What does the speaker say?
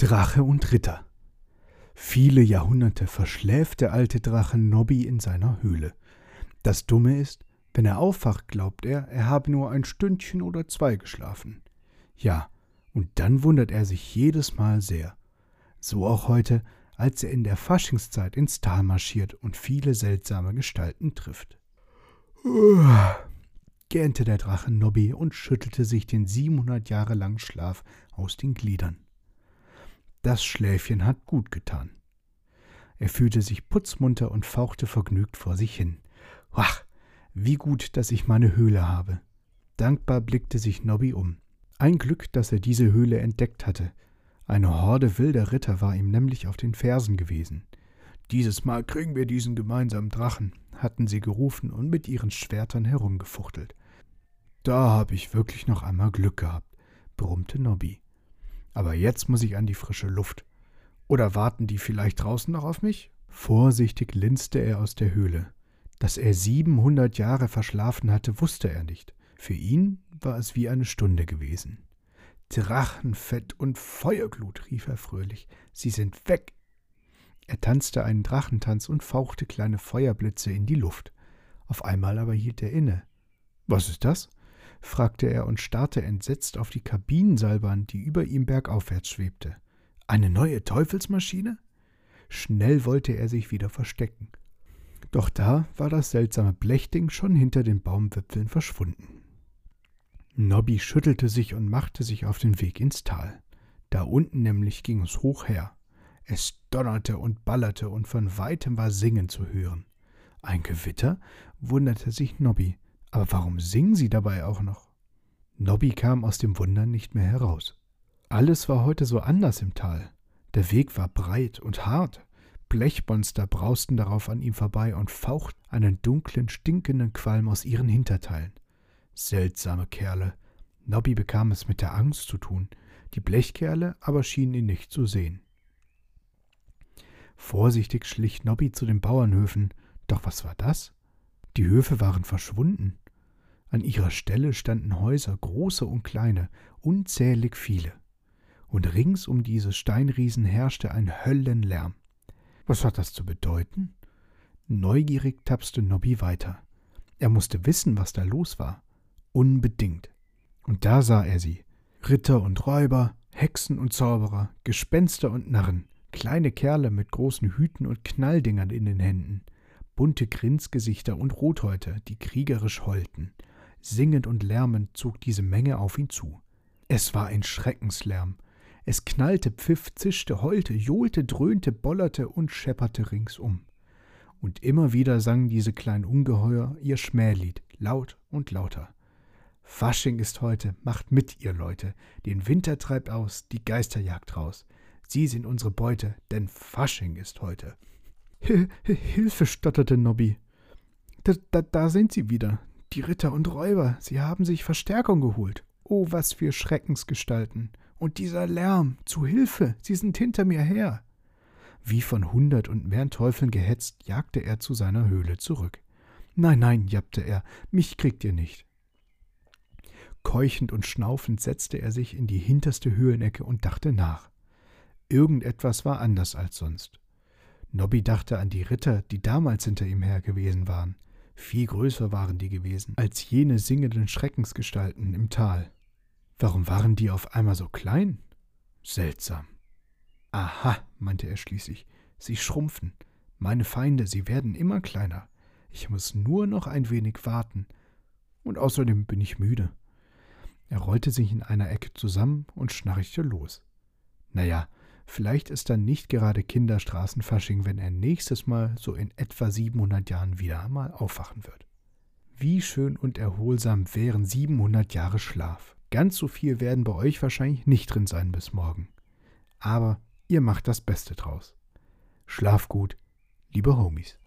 Drache und Ritter. Viele Jahrhunderte verschläft der alte Drache Nobby in seiner Höhle. Das Dumme ist, wenn er aufwacht, glaubt er, er habe nur ein Stündchen oder zwei geschlafen. Ja, und dann wundert er sich jedes Mal sehr. So auch heute, als er in der Faschingszeit ins Tal marschiert und viele seltsame Gestalten trifft. Gähnte der Drache Nobby und schüttelte sich den 700 Jahre langen Schlaf aus den Gliedern. Das Schläfchen hat gut getan. Er fühlte sich putzmunter und fauchte vergnügt vor sich hin. Ach, wie gut, dass ich meine Höhle habe. Dankbar blickte sich Nobby um. Ein Glück, dass er diese Höhle entdeckt hatte. Eine Horde wilder Ritter war ihm nämlich auf den Fersen gewesen. »Dieses Mal kriegen wir diesen gemeinsamen Drachen«, hatten sie gerufen und mit ihren Schwertern herumgefuchtelt. »Da habe ich wirklich noch einmal Glück gehabt«, brummte Nobby. »Aber jetzt muss ich an die frische Luft. Oder warten die vielleicht draußen noch auf mich?« Vorsichtig linste er aus der Höhle. Dass er 700 Jahre verschlafen hatte, wusste er nicht. Für ihn war es wie eine Stunde gewesen. »Drachenfett und Feuerglut«, rief er fröhlich, »sie sind weg!« Er tanzte einen Drachentanz und fauchte kleine Feuerblitze in die Luft. Auf einmal aber hielt er inne. »Was ist das?« fragte er und starrte entsetzt auf die Kabinenseilbahn, die über ihm bergaufwärts schwebte. »Eine neue Teufelsmaschine?« Schnell wollte er sich wieder verstecken. Doch da war das seltsame Blechding schon hinter den Baumwipfeln verschwunden. Nobby schüttelte sich und machte sich auf den Weg ins Tal. Da unten nämlich ging es hoch her. Es donnerte und ballerte und von weitem war Singen zu hören. Ein Gewitter? Wunderte sich Nobby. Aber warum singen sie dabei auch noch? Nobby kam aus dem Wundern nicht mehr heraus. Alles war heute so anders im Tal. Der Weg war breit und hart. Blechmonster brausten darauf an ihm vorbei und fauchten einen dunklen, stinkenden Qualm aus ihren Hinterteilen. Seltsame Kerle. Nobby bekam es mit der Angst zu tun. Die Blechkerle aber schienen ihn nicht zu sehen. Vorsichtig schlich Nobby zu den Bauernhöfen. Doch was war das? Die Höfe waren verschwunden. An ihrer Stelle standen Häuser, große und kleine, unzählig viele. Und rings um diese Steinriesen herrschte ein Höllenlärm. Was hat das zu bedeuten? Neugierig tapste Nobby weiter. Er musste wissen, was da los war. Unbedingt. Und da sah er sie. Ritter und Räuber, Hexen und Zauberer, Gespenster und Narren, kleine Kerle mit großen Hüten und Knalldingern in den Händen, bunte Grinsgesichter und Rothäute, die kriegerisch heulten. Singend und lärmend zog diese Menge auf ihn zu. Es war ein Schreckenslärm. Es knallte, pfiff, zischte, heulte, johlte, dröhnte, bollerte und schepperte ringsum. Und immer wieder sangen diese kleinen Ungeheuer ihr Schmählied, laut und lauter. »Fasching ist heute, macht mit, ihr Leute, den Winter treibt aus, die Geister jagt raus. Sie sind unsere Beute, denn Fasching ist heute.« »Hilfe«, stotterte Nobby. Da sind sie wieder, die Ritter und Räuber, sie haben sich Verstärkung geholt. Oh, was für Schreckensgestalten. Und dieser Lärm, zu Hilfe, sie sind hinter mir her.« Wie von 100 und mehr Teufeln gehetzt, jagte er zu seiner Höhle zurück. »Nein«, jappte er, »mich kriegt ihr nicht.« Keuchend und schnaufend setzte er sich in die hinterste Höhlenecke und dachte nach. Irgendetwas war anders als sonst. Nobby dachte an die Ritter, die damals hinter ihm her gewesen waren. Viel größer waren die gewesen als jene singenden Schreckensgestalten im Tal. Warum waren die auf einmal so klein? Seltsam. »Aha«, meinte er schließlich, »sie schrumpfen. Meine Feinde, sie werden immer kleiner. Ich muss nur noch ein wenig warten. Und außerdem bin ich müde.« Er rollte sich in einer Ecke zusammen und schnarchte los. Naja, vielleicht ist dann nicht gerade Kinderstraßenfasching, wenn er nächstes Mal so in etwa 700 Jahren wieder einmal aufwachen wird. Wie schön und erholsam wären 700 Jahre Schlaf. Ganz so viel werden bei euch wahrscheinlich nicht drin sein bis morgen. Aber ihr macht das Beste draus. Schlaf gut, liebe Homies.